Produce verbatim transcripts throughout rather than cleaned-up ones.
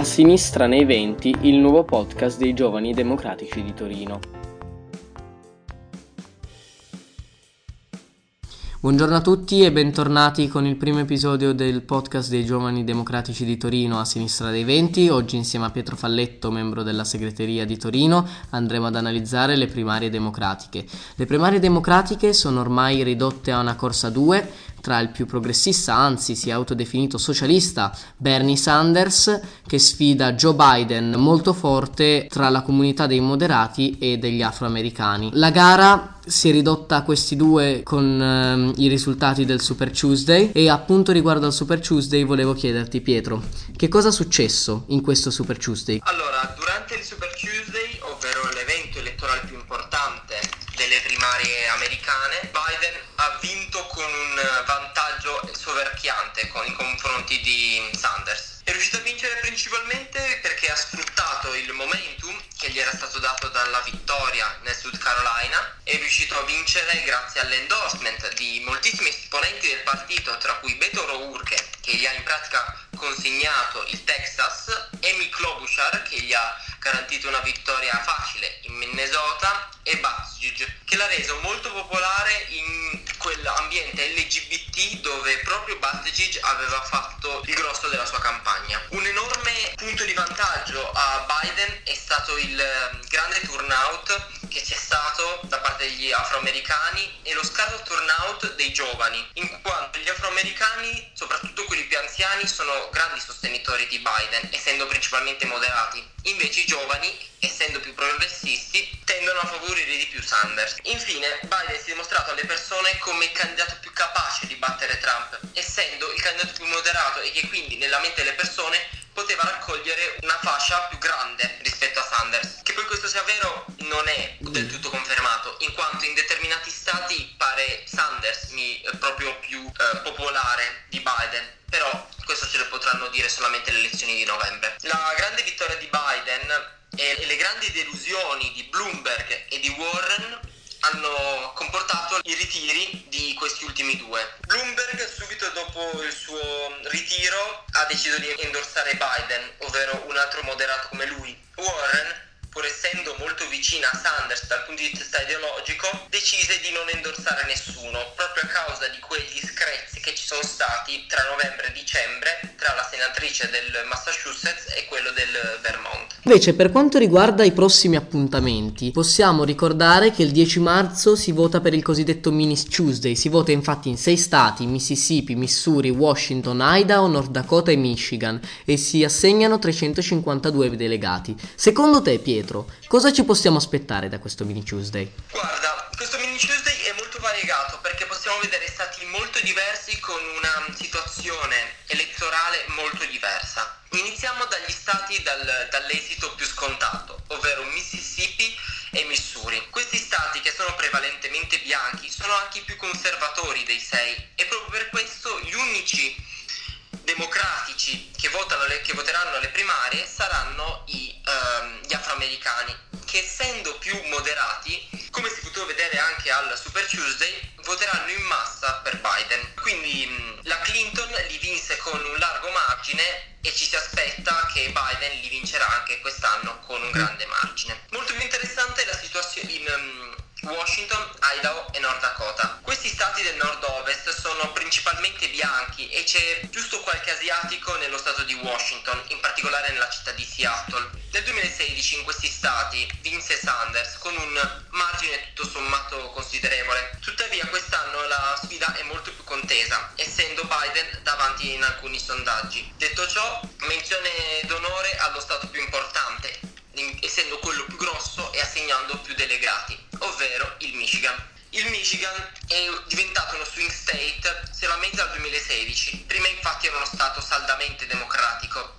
A Sinistra nei venti, il nuovo podcast dei Giovani Democratici di Torino. Buongiorno a tutti e bentornati con il primo episodio del podcast dei Giovani Democratici di Torino a Sinistra dei venti. Oggi insieme a Pietro Falletto, membro della segreteria di Torino, andremo ad analizzare le primarie democratiche. Le primarie democratiche sono ormai ridotte a una corsa a due tra il più progressista, anzi si è autodefinito socialista, Bernie Sanders, che sfida Joe Biden molto forte tra la comunità dei moderati e degli afroamericani. La gara si è ridotta a questi due con ehm, i risultati del Super Tuesday, e appunto riguardo al Super Tuesday volevo chiederti, Pietro, che cosa è successo in questo Super Tuesday? Allora, durante il Super Tuesday, ovvero l'evento elettorale più importante delle primarie americane, Biden ha vinto con un vantaggio soverchiante con, in confronti di Sanders. È riuscito a vincere principalmente perché ha sfruttato il momentum che gli era stato dato dalla vittoria nel South Carolina. È riuscito a vincere grazie all'endorsement di moltissimi esponenti del partito, tra cui Beto O'Rourke, che gli ha in pratica consegnato il Texas, Amy Klobuchar, che gli ha garantito una vittoria facile in Minnesota, e Buttigieg, che l'ha reso molto popolare in quell'ambiente L G B T dove proprio Buttigieg aveva fatto il grosso della sua campagna. Un enorme punto di vantaggio a Biden è stato il grande turnout che c'è stato da parte degli afroamericani e lo scarso turnout dei giovani, in quanto gli afroamericani, soprattutto quelli più anziani, sono grandi sostenitori di Biden, essendo principalmente moderati. Invece i giovani, essendo più progressisti, tendono a favorire di più Sanders. Infine, Biden si è dimostrato alle persone come il candidato più capace di battere Trump, essendo il candidato più moderato e che quindi nella mente delle persone poteva raccogliere una fascia più grande rispetto a Sanders. Che poi questo sia vero non è del tutto confermato, in quanto in determinati stati pare Sanders mi, eh, proprio più eh, popolare di Biden, però questo ce lo potranno dire solamente le elezioni di novembre. La grande vittoria di Biden e le grandi delusioni di Bloomberg e di Warren hanno comportato i ritiri di questi ultimi due. Bloomberg, subito dopo il suo ritiro, ha deciso di endorsare Biden, ovvero un altro moderato come lui. Warren, pur essendo molto vicina a Sanders dal punto di vista ideologico, decise di non endorsare nessuno, proprio a causa di quegli screzi che ci sono stati tra novembre e dicembre tra la senatrice del Massachusetts e quello del Vermont. Invece, per quanto riguarda i prossimi appuntamenti, possiamo ricordare che il dieci marzo si vota per il cosiddetto Mini Tuesday. Si vota infatti in sei stati: Mississippi, Missouri, Washington, Idaho, North Dakota e Michigan, e si assegnano trecentocinquantadue delegati. Secondo te, Pietro, cosa ci possiamo aspettare da questo Mini Tuesday? Guarda, questo Mini Tuesday è molto variegato perché possiamo vedere stati molto diversi con una situazione elettorale molto diversa. Iniziamo dagli stati dal, dall'esito più scontato, ovvero Mississippi e Missouri. Questi stati, che sono prevalentemente bianchi, sono anche i più conservatori dei sei, e proprio per questo gli unici democratici che votano le, che voteranno alle primarie saranno i, ehm, gli afroamericani, che essendo più moderati, come si potuto vedere anche al Super Tuesday, voteranno in massa per Biden. Quindi mh, la Clinton li vinse con un largo margine e ci si aspetta che Biden li vincerà anche quest'anno con un grande margine. Molto più interessante è la situazione in um, Washington, Idaho e North Dakota. Questi stati del nord-ovest sono principalmente bianchi e c'è giusto qualche asiatico nello stato di Washington, in particolare nella città di Seattle. Nel duemilasedici in questi stati vinse Sanders con un margine tutto sommato considerevole. Tuttavia quest'anno la sfida è molto più contesa, essendo Biden davanti in alcuni sondaggi. Detto ciò, menzione d'onore allo stato più importante, essendo quello più grosso e assegnando più delegati, ovvero il Michigan. Il Michigan è diventato uno swing state solamente dal duemilasedici. Prima infatti era uno stato saldamente democratico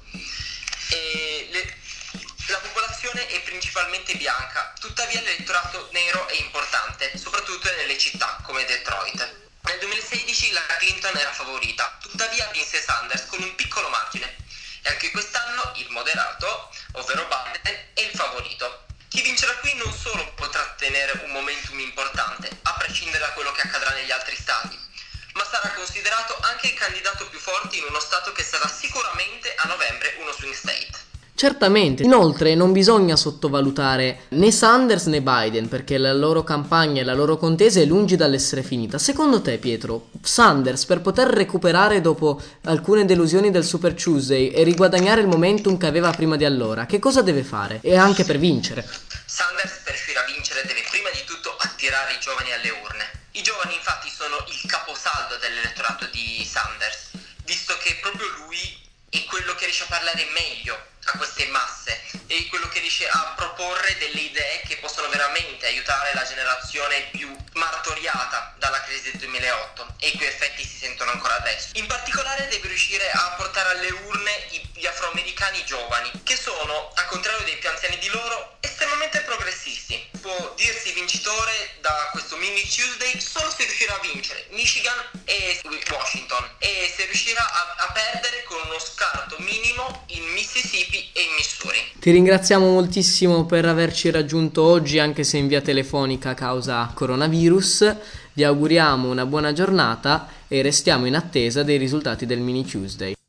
e le, la popolazione è principalmente bianca, tuttavia l'elettorato nero è importante, soprattutto nelle città come Detroit. Nel duemilasedici la Clinton era favorita, tuttavia vinse Sanders con un piccolo margine, e anche quest'anno il moderato, ovvero Biden, è il favorito. Chi vincerà qui non solo potrà tenere un momentum importante, a prescindere da quello che accadrà negli altri stati, ma sarà considerato anche il candidato più forte in uno stato che sarà sicuramente a novembre uno swing state. Certamente. Inoltre non bisogna sottovalutare né Sanders né Biden, perché la loro campagna e la loro contesa è lungi dall'essere finita. Secondo te, Pietro, Sanders, per poter recuperare dopo alcune delusioni del Super Tuesday e riguadagnare il momentum che aveva prima di allora, che cosa deve fare? E anche per vincere? Sanders, per riuscire a vincere, deve prima di tutto attirare i giovani alle urne. I giovani infatti sono il caposaldo dell'elettorato di Sanders, visto che proprio lui è quello che riesce a parlare meglio a queste masse, è quello che riesce a proporre delle idee che possono veramente aiutare la generazione più martoriata dalla crisi del duemilaotto e i cui effetti si sentono ancora adesso. In particolare deve riuscire a portare alle urne gli afroamericani giovani, che sono, al contrario dei più anziani di loro, estremamente progressisti. Può dirsi vincitore da questo mini Tuesday solo se riuscirà a vincere Michigan e Washington, e se riuscirà a, a perdere con uno scarto minimo in Mississippi e in Missouri. Ti ringraziamo moltissimo per averci raggiunto oggi, anche se in via telefonica a causa coronavirus. Vi auguriamo una buona giornata e restiamo in attesa dei risultati del mini Tuesday.